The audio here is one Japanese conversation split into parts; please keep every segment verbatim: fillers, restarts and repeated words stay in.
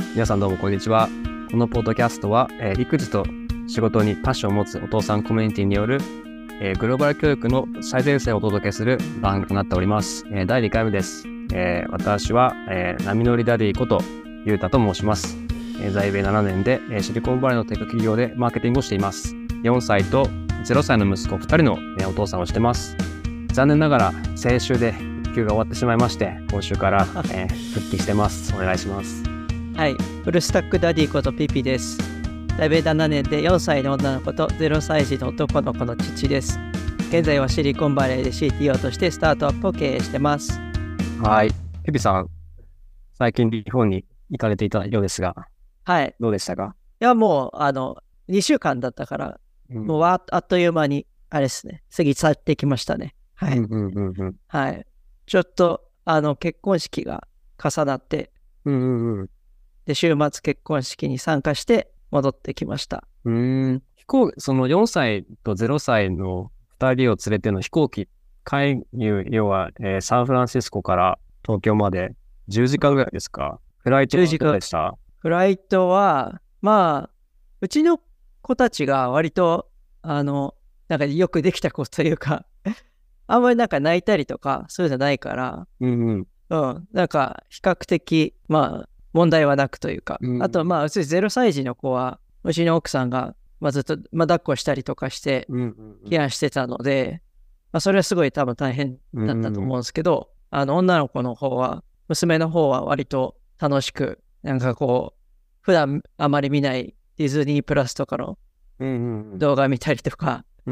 皆さんどうもこんにちは。このポッドキャストは、えー、育児と仕事にパッションを持つお父さんコミュニティによる、えー、グローバル教育の最前線をお届けする番組となっております。えー、だいにかいめです。えー、私は、えー、波乗りダディことゆうたと申します。えー、在米ななねんで、えー、シリコンバレーのテック企業でマーケティングをしています。よんさいとゼロさいの息子ふたりの、ね、お父さんをしてます。残念ながら先週で育休が終わってしまいまして、今週から、えー、復帰してます。お願いします。 はい、フルスタックダディことピピです。在米ななねんでよんさいの女の子とゼロさい児の男の子の父です。現在はシリコンバレーで シーティーオー としてスタートアップを経営してます。 はい。ピピさん、最近日本に行かれていたようですが、 はい。 どうでしたか？ いや、もう、あの、にしゅうかんだったから、うん、もうあっという間に、あれですね、過ぎ去ってきましたね。はい。 うんうんうんうん、 はい。ちょっと、あの、結婚式が重なって、 うんうんうん、で、 週末結婚式に参加して戻ってきました。 うーん。飛行、そのよんさいとゼロさいのふたりを連れての飛行機、海遊、要は、えー、サンフランシスコから東京までじゅうじかんぐらいですか？フライトはどうでした？ フライトは、まあ、うちの子たちが割と、あの、なんかよくできた子というか、あんまりなんか泣いたりとか、そういうのないから、 うんうん。 うん、なんか比較的、まあ、問題はなくというか、うん、あと、まあ、うちゼロさい児の子は、うちの奥さんが、まあ、ずっと、まあ、抱っこしたりとかして、ケアしてたので、まあ、それはすごい多分大変だったと思うんですけど、うん、あの、女の子の方は、娘の方は割と楽しく、なんかこう、普段あまり見ないディズニープラスとかの動画見たりとか、うん、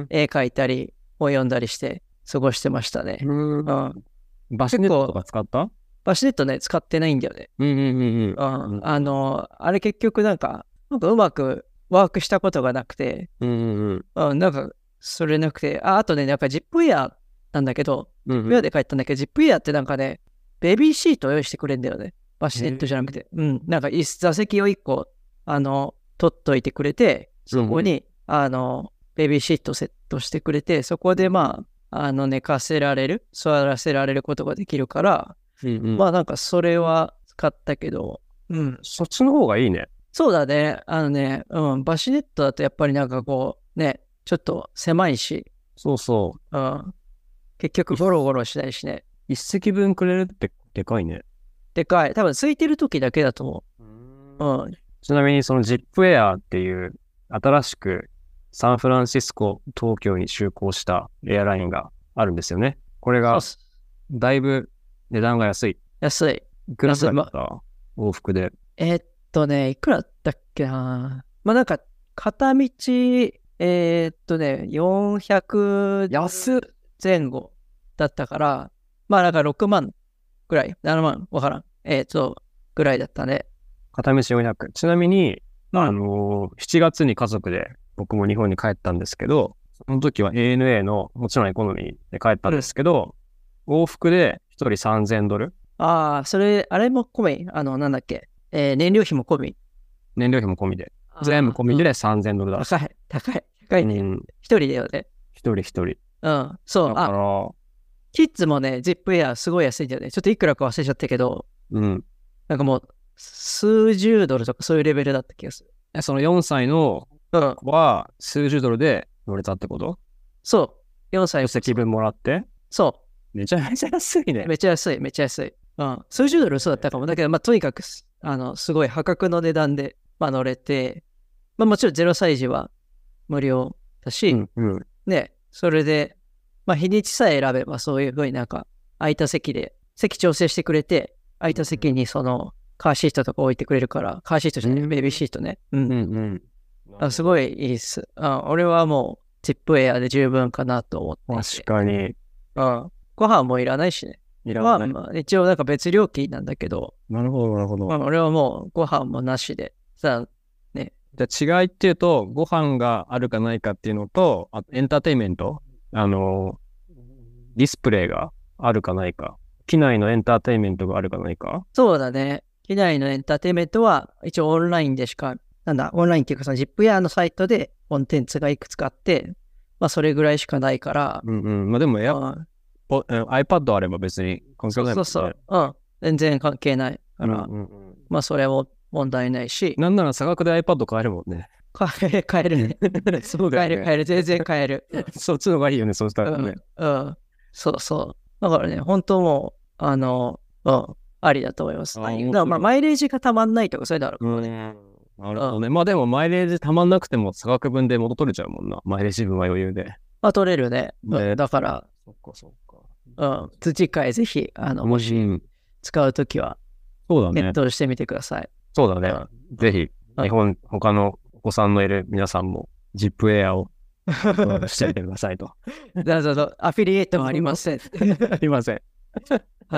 絵描いたり、本読んだりして過ごしてましたね。 うんうん、バシネットとか使った？ バシネットね、使ってないんだよね。 うんうんうんうん。あの、あれ結局なんか、なんかうまくワークしたことがなくて、 うんうんうん、うん、なんか、それなくて、あ、あとね、なんかジップエアなんだけど、ジップエアで帰ったんだけど、ジップエアってなんかね、ベビーシートを用意してくれるんだよね。バシネットじゃなくて。うん。なんか、座席を一個、あの、取っといてくれて、そこに、うん、あの、ベビーシートセットしてくれて、そこでまあ、あの、寝かせられる、座らせられることができるから、うんうん、まあなんかそれは使ったけど、 うん。そっちの方がいいね。 そうだね。あのね、うん、バシネットだとやっぱりなんかこう、ね、ちょっと狭いし。 そうそう。 うん。結局ゴロゴロしないしね。 一席分くれるってでかいね。 でかい。多分空いてる時だけだと思う。うん。 ちなみにそのジップエアっていう新しくサンフランシスコ、東京に就航したエアラインがあるんですよね。これがだいぶ値段が安い。 安い。 いくらだった、ま、往復で。 えー、っとね、いくらだったっけな。まあなんか、片道、えー、っとね、よんひゃく安っ前後だったから、まあなんかろくまんぐらい、ななまん、わからん。えー、っと、ぐらいだったね。 片道よんひゃく。ちなみに、うん、あのー、しちがつに家族で僕も日本に帰ったんですけど、その時は エーエヌエー のもちろんエコノミーで帰ったんですけど、うん、往復でひとりさんぜんドル。 ああ、それ、あれも込み、あの、なんだっけ、えー、燃料費も込み。 燃料費も込みで。全部込みでさんぜんドルだ。 高い、高い、高いね。うん、一人だよね。 一人一人。 うん、そう。 だから、 キッズもね、ジップエアすごい安いんだよね。ちょっといくらか忘れちゃったけど、 うん。 なんかもう、数十ドルとかそういうレベルだった気がする。 そのよんさいの子は数十ドルで乗れたってこと？ そう。よんさいの席分もらって？ そう。 めちゃめちゃ安いね。 めちゃ安い、めちゃ安い。うん。数十ドルそうだったかも。だけど、まあ、とにかく、あの、すごい破格の値段で、まあ、乗れて、まあ、もちろんゼロさい児は無料だし、 うんうん、 ね、それで、まあ、日にちさえ選べば、そういうふうになんか、空いた席で、席調整してくれて、空いた席にその、カーシートとか置いてくれるから、カーシートじゃない、うん、ベビーシートね。うん。うんうん、あすごいいいっす。あ俺はもう、ジップエアで十分かなと思って。 確かに。 うん。ご飯もいらないしね。 いらない。 まあ、まあ、一応なんか別料金なんだけど。 なるほど、なるほど。 まあ、俺はもうご飯もなしで。さあ、ね。 じゃあ違いっていうと、ご飯があるかないかっていうのと、あとエンターテインメント、あの、ディスプレイがあるかないか。機内のエンターテインメントがあるかないか。 そうだね。機内のエンターテインメントは一応オンラインでしか、なんだ、オンラインっていうかそのジップエアのサイトでコンテンツがいくつかあって、まあそれぐらいしかないから。 うんうん。まあでもや、iPad あれば別に関係ないもんね。 そうそうそう。うん。全然関係ないから。うんうんうん、まあそれを問題ないし。 なんなら差額で iPad 買えるもんね。 買え、買えるね。 そうだよね。 買える、買える、全然買える。 そっちの方がいいよね、そうしたらね。 うん、うん。そうそう。だからね、本当もう、あの、うん、ありだと思います。だからまあ、マイレージがたまんないとか、そういうのあるかもね。 なるほどね。うん、まあでも、マイレージたまんなくても差額分で元取れちゃうもんな。マイレージ分は余裕で。 まあ、取れるね。うん、だから、 そっかそっか。 うん、次回ぜひ、あの、もし使うときは、 そうだね。 ネットしてみてください。 そうだね。うん、ぜひ、日本、他のお子さんのいる皆さんも、ジップエアをしてみてくださいと。 なるほど。アフィリエイトはありません。 ありません。 はい。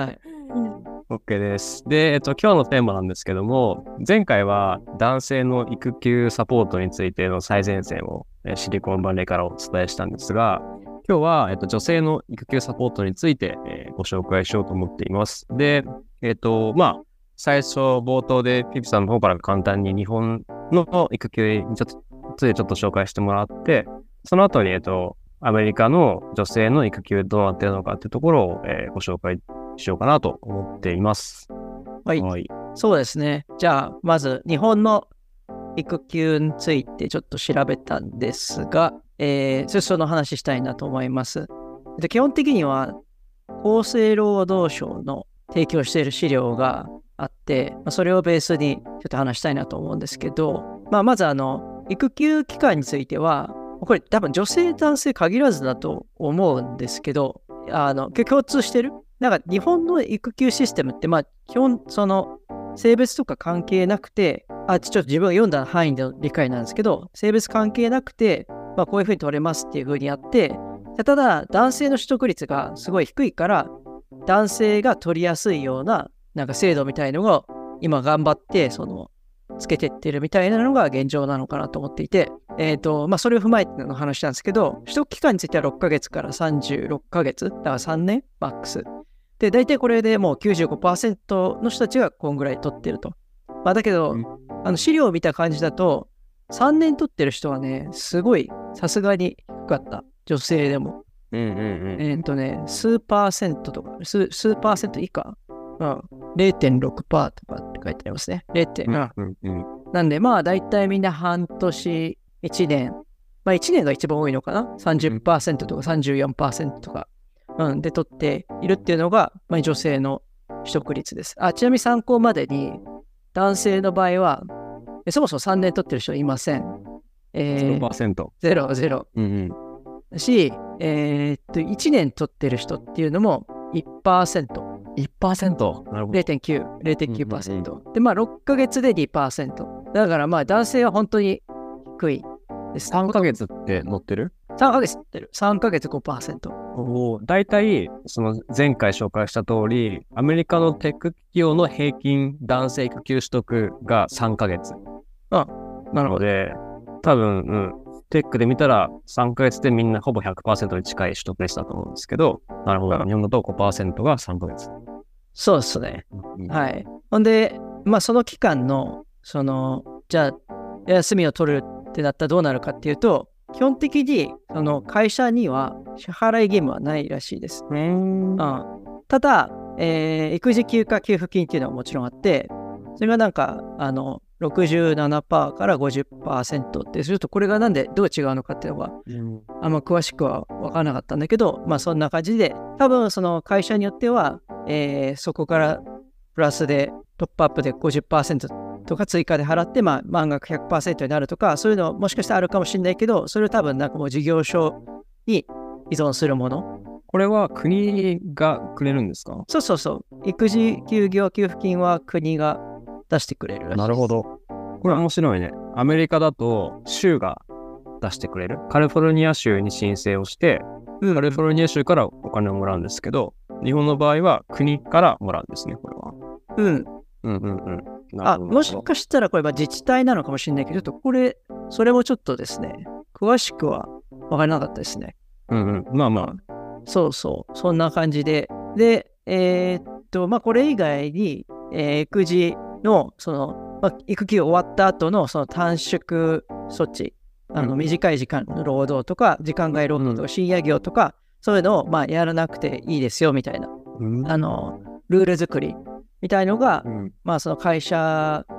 OK です。で、えっと、今日のテーマなんですけども、前回は男性の育休サポートについての最前線をシリコンバレーからお伝えしたんですが、今日は、えっと、女性の育休サポートについて、えー、ご紹介しようと思っています。で、えっと、まあ、最初冒頭でピピさんの方から簡単に日本の育休にちょっとついてちょっと紹介してもらって、その後に、えっと、アメリカの女性の育休どうなっているのかっていうところを、えー、ご紹介しようかなと思っています。 はい。はい、そうですね。じゃあ、まず日本の育休についてちょっと調べたんですが、えー、その話したいなと思います。で、基本的には厚生労働省の提供している資料があって、まあ、それをベースにちょっと話したいなと思うんですけど、まあ、まずあの育休期間についてはこれ多分女性男性限らずだと思うんですけど、あの共通してる。なんか日本の育休システムってまあ基本その性別とか関係なくて、あちょっと自分が読んだ範囲での理解なんですけど、性別関係なくて、まあ、こういうふうに取れますっていうふうにやって、ただ男性の取得率がすごい低いから男性が取りやすいようななんか制度みたいのが今頑張ってそのつけてってるみたいなのが現状なのかなと思っていて、えっとまあそれを踏まえての話なんですけど、取得期間についてはろっかげつからさんじゅうろっかげつ、だからさんねんマックスで、大体これでもう きゅうじゅうごパーセント の人たちがこんぐらい取ってると。まあだけど、うん、あの資料を見た感じだとさんねん取ってる人はねすごいさすがに低かった。女性でも。うんうんうん、えっとね、数パーセントとか、数、数パーセント以下、うん、れいてんろくパーセント とかって書いてありますね。れい. うんうんうん、なんで、まあ、だいたいみんな半年、いちねん、まあ、いちねんが一番多いのかな ?さんじゅっパーセント とか さんじゅうよんパーセント とか、うん、で取っているっていうのが、まあ、女性の取得率です。あ、ちなみに参考までに、男性の場合は、そもそもさんねん取ってる人いません。 えー、ゼロパーセント。 ゼロ、ゼロ。うんうん、し、えー、っと、いちねん取ってる人っていうのも いちパーセント。 いちパーセント? なるほど。 れいてんきゅう、れいてんきゅうパーセント、うんうんうん。で、まあ、ろっかげつで にパーセント。だからまあ、男性は本当に低いです。 さんかげつって載ってる ? さん ヶ月載ってる。さんかげつ ごパーセント。 おだいたい、その前回紹介した通り、アメリカのテック企業の平均男性育休取得がさんかげつ。 あ、なるほど。 で、多分、うん。テックで見たらさんかげつでみんなほぼ ひゃくパーセント に近い取得率だと思うんですけど、なるほど。日本だと ごパーセント がさんかげつ。 そうですね。うん、はい。ほんで、まあその期間の、その、じゃあ、休みを取るってなったらどうなるかっていうと、基本的にその会社には支払い義務はないらしいです。うんうん、ただ、えー、育児休暇給付金っていうのはもちろんあって、それがなんか、あの、ろくじゅうななパーセント から ごじゅっパーセント ってすると、これがなんでどう違うのかっていうのが、うん、あんま詳しくは分からなかったんだけど、まあそんな感じで、多分その会社によっては、えー、そこからプラスでトップアップで ごじゅっパーセント とか追加で払って、まあ満額 ひゃくパーセント になるとか、そういうのもしかしたらあるかもしれないけど、それは多分なんかもう事業所に依存するもの。 これは国がくれるんですか？ そうそうそう。育児休業給付金は国が出してくれるらしいです。 なるほど。これ面白いね。アメリカだと州が出してくれる。カリフォルニア州に申請をして、うん、カリフォルニア州からお金をもらうんですけど、日本の場合は国からもらうんですね、これは。 うん。 うんうんうん。 あ、もしかしたらこれは自治体なのかもしれないけど、ちょっとこれ、それもちょっとですね、詳しくは分からなかったですね。 うんうん。まあまあ。 そうそう。そんな感じで。で、えー、っと、まあこれ以外に、えー、育児の、その、まあ、育休終わった後のその短縮措置、あの短い時間の労働とか、時間外労働とか、深夜業とか、そういうのをまあやらなくていいですよみたいな、うん、あのルール作りみたいのが、うん、まあその会社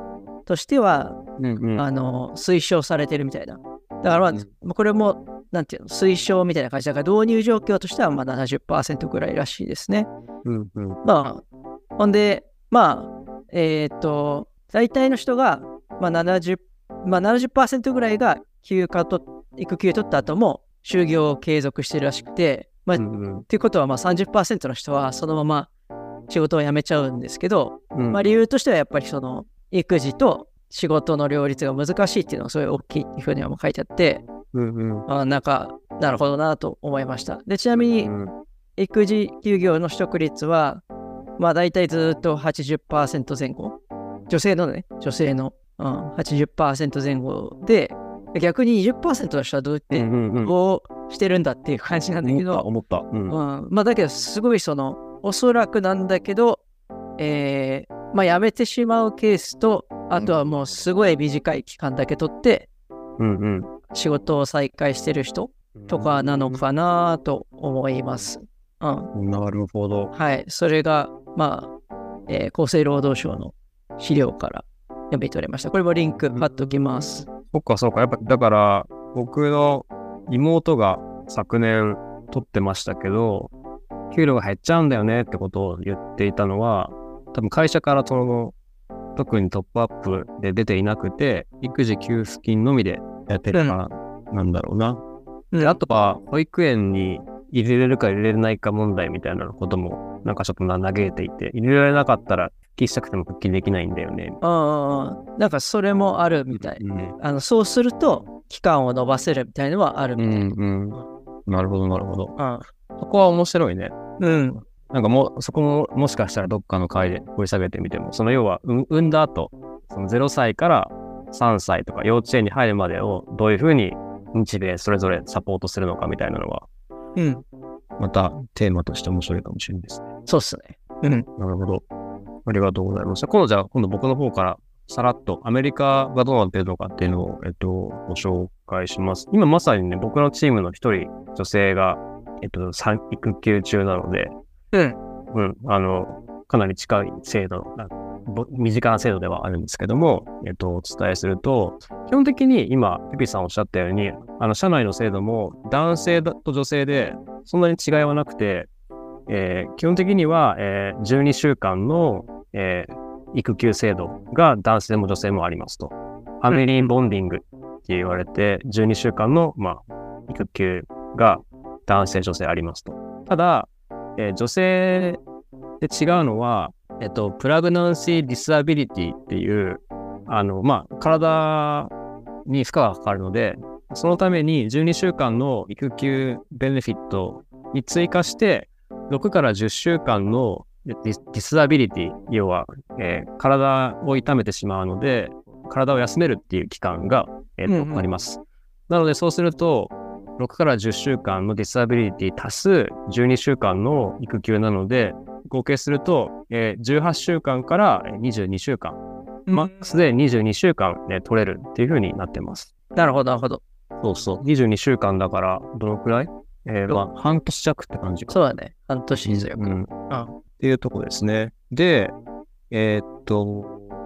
としては、 うんうん、 あの推奨されてるみたいな。だからまあ、うん、これもなんていうの推奨みたいな感じだから導入状況としてはまあ ななじゅっパーセント ぐらいらしいですね。 うんうん、 まあほんでまあえっと大体の人がまあ70まあ ななじゅっパーセント ぐらいが休暇と育休取った後も就業を継続してるらしくて、まあ、うんうん、っていうことはまあ さんじゅっパーセント の人はそのまま仕事を辞めちゃうんですけど、うん、まあ理由としてはやっぱりその育児と仕事の両立が難しいっていうのがすごい大きいっていうふうにはもう書いてあって、うんうん、あなんかなるほどなと思いました。でちなみに、うん、育児休業の取得率はまあ大体ずっと はちじゅっパーセント 前後、女性のね女性の、うん、はちじゅっパーセント 前後で逆に にじゅっパーセント の人はどうやってどうしてるんだっていう感じなんだけど、 思った、思った、 うんうん、まあだけどすごいそのおそらくなんだけど、えー、まあ辞めてしまうケースとあとはもうすごい短い期間だけ取って仕事を再開してる人とかなのかなと思います、 うん、なるほど。 はい、それがまあ、えー、厚生労働省の資料から読み取れました。これもリンク貼っときます。 そっかそっか、やっぱだから僕の妹が昨年取ってましたけど給料が減っちゃうんだよねってことを言っていたのは多分会社からその特にトップアップで出ていなくて育児給付金のみでやってるからなんだろうな、うん、であとは保育園に入れれるか入れれないか問題みたいなこともなんかちょっと嘆いていて入れられなかったら復帰したくても復帰できないんだよね。 ああ、なんかそれもあるみたい、うん、あのそうすると期間を延ばせるみたいのはあるみたい、うんうん、なるほどなるほど、うん、そこは面白いね。うんなんかもうそこももしかしたらどっかの回で掘り下げてみてもその要は産んだ後そのゼロさいからさんさいとか幼稚園に入るまでをどういうふうに日米それぞれサポートするのかみたいなのは、うん、またテーマとして面白いかもしれないですね。 そうっすね。うん。 なるほど。ありがとうございました。今度じゃあ今度僕の方からさらっとアメリカがどうなっているのかっていうのを、えっと、ご紹介します。今まさにね僕のチームの一人女性が、えっと、育休中なのでうん、うん、あの、かなり近い制度、身近な制度ではあるんですけども、えっと、お伝えすると、基本的に今、ピピさんおっしゃったように、あの、社内の制度も男性と女性でそんなに違いはなくて、えー、基本的には、えー、じゅうにしゅうかんの、えー、育休制度が男性も女性もありますと。ファミリーボンディングって言われて、じゅうにしゅうかんの、まあ、育休が男性女性ありますと。ただ、えー、女性で違うのは、えっと、プラグナンシー・ディスアビリティっていう、あの、まあ、体に負荷がかかるので、そのためにじゅうにしゅうかんの育休ベネフィットに追加して、ろくからじゅっしゅうかんのディス、ディスアビリティ、要は、えー、体を痛めてしまうので、体を休めるっていう期間が、えーとうんうん、あります。なので、そうすると、ろくからじゅっしゅうかんのディスアビリティ足すじゅうにしゅうかんの育休なので、合計すると、えー、じゅうはっしゅうかんからにじゅうにしゅうかん、うん、マックスでにじゅうにしゅうかん、ね、取れるっていう風になってます。 なるほど、なるほど。 そうそう。にじゅうにしゅうかんだから、どのくらいえー、まあ、半年弱って感じか。 そうだね。半年以上。うん。うん。 っていうとこですね。で、えー、っと、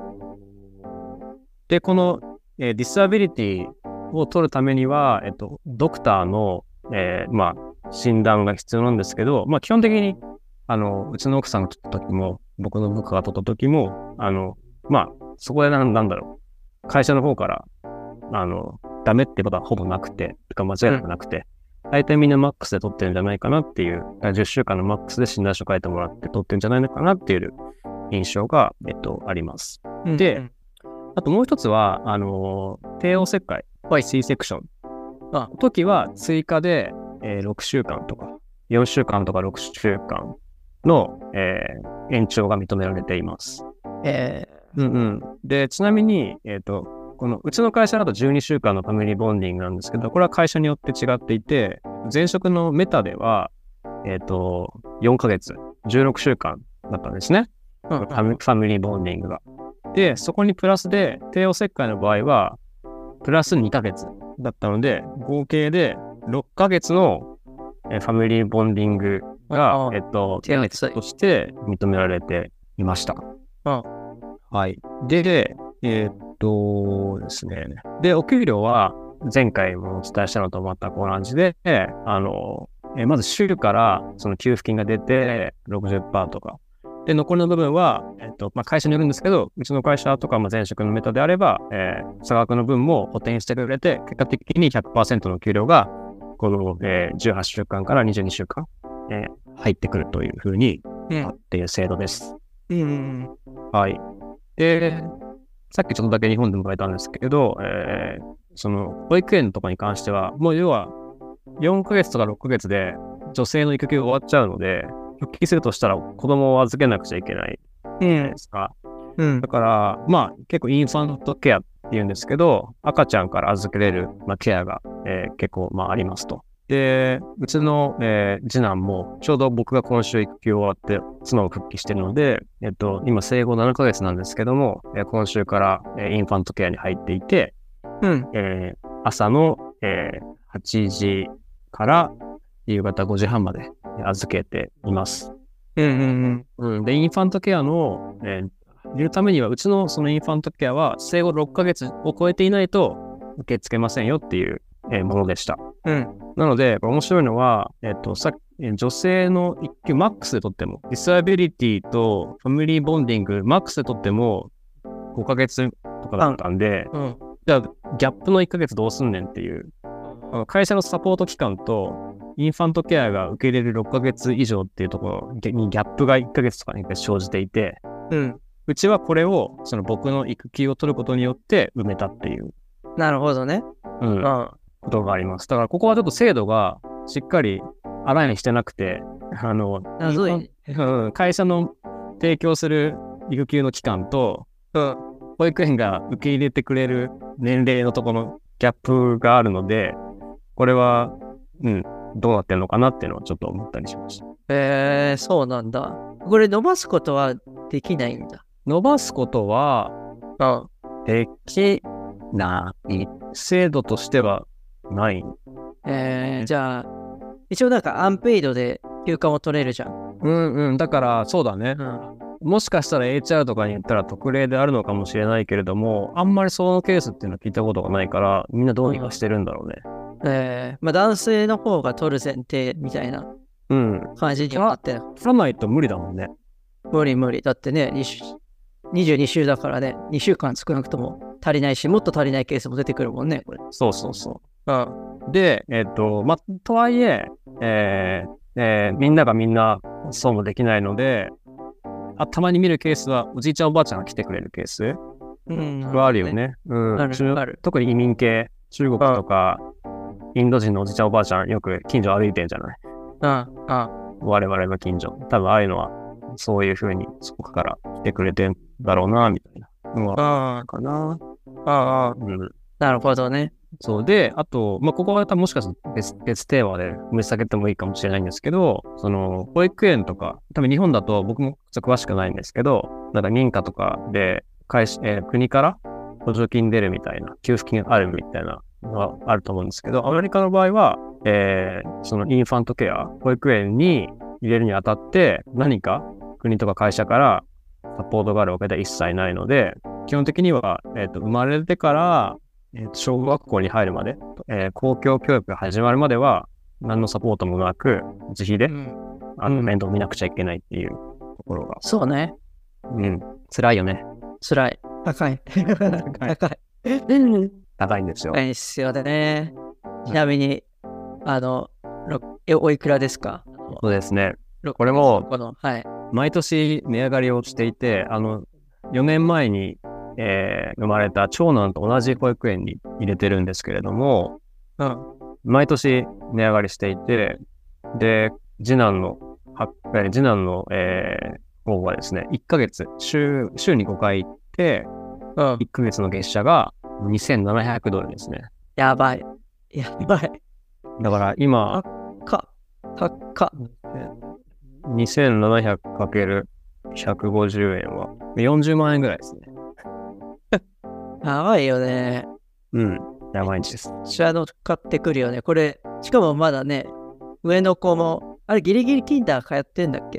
で、この、えー、ディスアビリティを取るためには、えっと、ドクターの、えー、まあ、診断が必要なんですけど、まあ、基本的に、あの、うちの奥さんが取った時も、僕の部下が取った時も、あの、まあ、そこでなんなんだろう。会社の方から、あの、ダメってことはほぼなくて、とか間違いなくなくて、うん、大体みんなマックスで取ってるんじゃないかなっていう、じゅっしゅうかんのマックスで診断書書いてもらって取ってるんじゃないのかなっていう印象が、えっと、あります。うん、で、あともう一つは、あの、帝王切開、C セクションの時は追加で、えー、ろくしゅうかんとか、よんしゅうかんとかろくしゅうかんの、えー、延長が認められています。えー、うんうん。で、ちなみに、えっと、このうちの会社だとじゅうにしゅうかんのファミリーボンディングなんですけど、これは会社によって違っていて、前職のメタでは、えっと、よんかげつ、じゅうろくしゅうかんだったんですね。うんうん、ファミリーボンディングが。で、そこにプラスで、帝王切開の場合は、プラスにかげつだったので、合計でろっかげつのファミリーボンディングが、えっと、手当として認められていました。はい。で、 えーっとですね。で、お給料は前回もお伝えしたのと全く同じで、あの、えーまず州からその給付金が出て ろくじゅっパーセント とか。で、残りの部分は、えーっと、まあ、会社によるんですけど、うちの会社とか、まあ、前職のメタであれば、えー差額の分も補填してくれて、結果的に ひゃくパーセント の給料が、この、えーじゅうはちしゅうかんからにじゅうにしゅうかん、えー入ってくるというふうにあっている制度です。 うん。 はい。で、さっきちょっとだけ日本でも書いたんですけど、えーその保育園とかに関しては、もう要はよんかげつとかろっかげつで女性の育休が終わっちゃうので、復帰するとしたら子供を預けなくちゃいけないじゃないですか。 うん。 だから、まあ結構インファントケアっていうんですけど、赤ちゃんから預けれる、まあ、ケアが、えー結構まあありますと。で、うちの、えー次男も、ちょうど僕が今週育休終わって、妻を復帰してるので、えっと、今生後ななかげつなんですけども、えー今週から、えーインファントケアに入っていて、 うん。 えー朝の、えーはちじから夕方ごじはんまで預けています。 うんうんうん、で、インファントケアの、えー入れるためには、うちのそのインファントケアは生後ろっかげつを超えていないと受け付けませんよっていう、えーものでした。 うん。 なので、面白いのは、えっと、さ女性の育休マックスで取っても、ディサビリティとファミリーボンディングマックスで取ってもごかげつとかだったんで、 うん。 じゃあギャップのいっかげつどうすんねんっていう、あの会社のサポート期間とインファントケアが受け入れるろっかげつ以上っていうところにギャップがいっかげつとかに生じていて、 うん。 うちはこれをその僕の育休を取ることによって埋めたっていう、 なるほどね。 うん、 うん。 ことがあります。だからここはちょっと制度がしっかりアラインしてなくて、あの、 謎いね。 うん会社の提供する育休の期間と、 うん。 保育園が受け入れてくれる年齢のところのギャップがあるので、これは、うん、どうなってるのかなっていうのはちょっと思ったりしました。 えー、そうなんだ。これ伸ばすことはできないんだ。 伸ばすことはうん。 できない制度としてはない。 えー、じゃあ、一応なんかアンペイドで休暇も取れるじゃん。 うんうん、だからそうだね。 うん。 もしかしたら エイチアール とかに言ったら特例であるのかもしれないけれども、あんまりそのケースっていうのは聞いたことがないから、みんなどうにかしてるんだろうね。 えー、まあ男性の方が取る前提みたいなうん。 感じにはなってる。 取らないと無理だもんね。 無理無理。だってね、に週にじゅうに週だからね、にしゅうかん少なくとも足りないし、もっと足りないケースも出てくるもんね、これ。 そうそうそうん。 う。で、えっと、ま、とはいえ、えーえーみんながみんなそうもできないので、あたまに見るケースは、おじいちゃんおばあちゃんが来てくれるケースうん。 はあるよね。うんある中ある特に移民系、中国とか、インド人のおじいちゃんおばあちゃん、よく近所歩いてんじゃないうん。うん。 我々の近所。多分ああいうのは、そういう風にそこから来てくれてんだろうな、みたいなのは、 あかな。 あ、ああ、 うん。 なるほどね。 そうで、あと、まあ、ここは多分もしかしたら別別テーマで埋め下げてもいいかもしれないんですけど、その、保育園とか、多分日本だと僕もちょっと詳しくないんですけど、なんか認可とかで、会社、えー国から補助金出るみたいな、給付金あるみたいなのがあると思うんですけど、アメリカの場合は、えーそのインファントケア、保育園に入れるにあたって何か国とか会社からサポートがあるわけでは一切ないので、基本的には、えーと生まれてから、えーと小学校に入るまで、えー公共教育が始まるまでは何のサポートもなく自費で、 うん。 あの面倒見なくちゃいけないっていうところが、 そうね。 うん、辛いよね。 辛い。高い。高い。高い。 高いんですよ。 高いっすよね。ちなみに、あの、ろえおいくらですか？ そうですね。 ろこれもこの、はい。 毎年値上がりをしていて、あの、よねんまえに、えー生まれた長男と同じ保育園に入れてるんですけれども、 うん。 毎年値上がりしていて、で、次男の、はえー次男の、えー方はですね、いっかげつ、週、週にごかい行って、 うんいっかげつの月謝がにせんななひゃくドルですね。 やばい。やばい。 だから今、 か、か、か。 にせんななひゃくかけるひゃくごじゅうえんはよんじゅうまんえんぐらいですね。 やばいよね。 うん。やばいんです。 シャドウ買ってくるよね。これ、しかもまだね、上の子も、あれギリギリキンダー通ってんだっけ？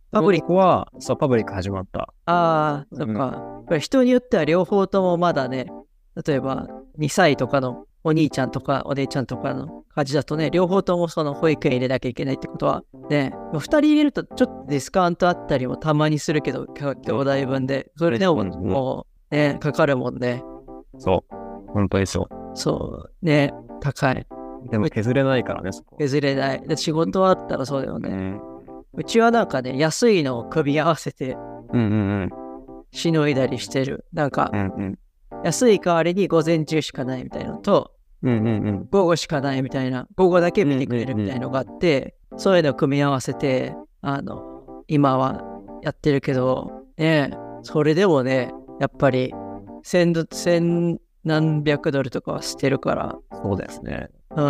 パブリックは、そう、パブリック始まった。 ああ、そっか。これ人によっては両方ともまだね、例えばにさいとかのお兄ちゃんとかお姉ちゃんとかの感じだとね、両方ともその保育園入れなきゃいけないってことは、ね、ふたり入れるとちょっとディスカウントあったりもたまにするけど、兄弟分で、それでももうね、かかるもんね。 そう。本当にそう。 そう。ね、高い。 でも削れないからね、そこ。 削れない。で仕事あったらそうだよね。うん、うちはなんかね、安いのを組み合わせて、 うんうんうん。 しのいだりしてる。なんか、 うんうん、 安い代わりに午前中しかないみたいなのと、 うんうんうん、 午後しかないみたいな、午後だけ見てくれるみたいなのがあって、うんうんうん、そういうのを組み合わせて、あの、今はやってるけど、ね、それでもね、やっぱり千、千何百ドルとかはしてるから。 そうですね。 うん。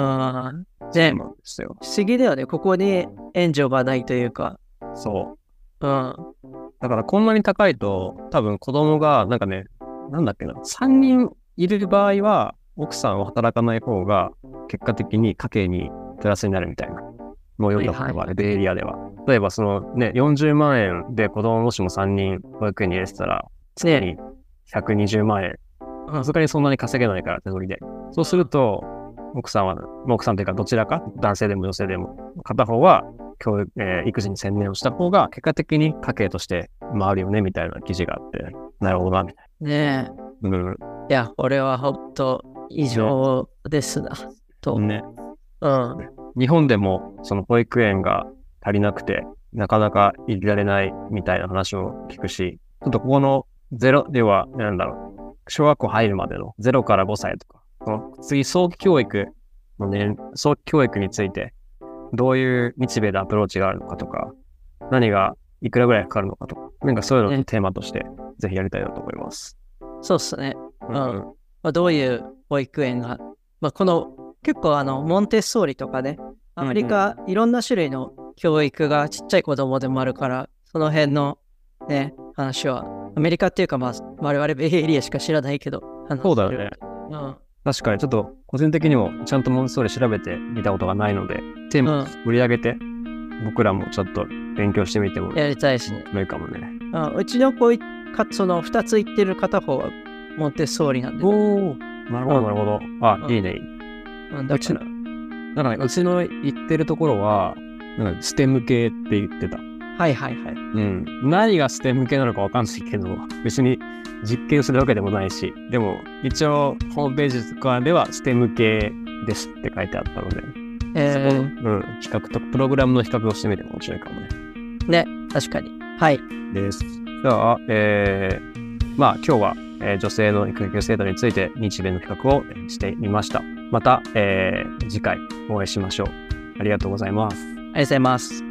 ね、不思議だよね。ここに援助がないというか。 そう。うん。 だからこんなに高いと、多分子供が、なんかね、なんだっけな、さんにんいる場合は、奥さんは働かない方が、結果的に家計にプラスになるみたいな。もう読んだことがある、ベイエリアでは。例えば、そのね、よんじゅうまんえんで子供もしもさんにん保育園に入れてたら、月にひゃくにじゅうまんえん。さすがにそんなに稼げないから、手取りで。そうすると、奥さんは、奥さんというかどちらか、男性でも女性でも、片方は教育、えー、育児に専念をした方が、結果的に家計として回るよね、みたいな記事があって、なるほどな、みたいな。ねえ。うん。いや、これは本当異常ですな、と。 ね。 うん。 日本でも、その保育園が足りなくて、なかなか入れられないみたいな話を聞くし、ちょっとここのゼロでは、なんだろう、小学校入るまでのゼロからごさいとか、その次、早期教育のね、早期教育について、どういう日米でアプローチがあるのかとか、何がいくらぐらいかかるのかとか、なんかそういうのをテーマとして、ぜひやりたいなと思います。 そうっすね。うん。うん、まあ、どういう保育園が、まあ、この、結構あの、モンテッソーリとかね、アメリカ、うんうん、いろんな種類の教育がちっちゃい子供でもあるから、その辺のね、話は、アメリカっていうか、まあ、我々ベイエリアしか知らないけど、 そうだよね。うん。確かにちょっと個人的にもちゃんとモンテッソーリ調べてみたことがないので、テーマを盛り上げて、うん、僕らもちょっと勉強してみてもやりたいしね。 いいかもね。 あうちの子か、そのふたつ行ってる片方はモンテッソーリなんで、ね。 おー、なるほど、なるほど。あ、うん、いいね。 うん、だから。 だから、ね、うちの行ってるところは、なんかステム系って言ってた。 はいはいはい。うん。何がステム系なのかわかんないけど、別に実験するわけでもないし、でも一応ホームページとかではステム系ですって書いてあったので、 えー、 そこの、うん、比較とプログラムの比較をしてみても面白いかもね。 ね、確かに。はい。 です。じゃあ、えー、まあ今日は、えー、女性の育休制度について日米の比較をしてみました。また、えー、次回お会いしましょう。ありがとうございます。 ありがとうございます。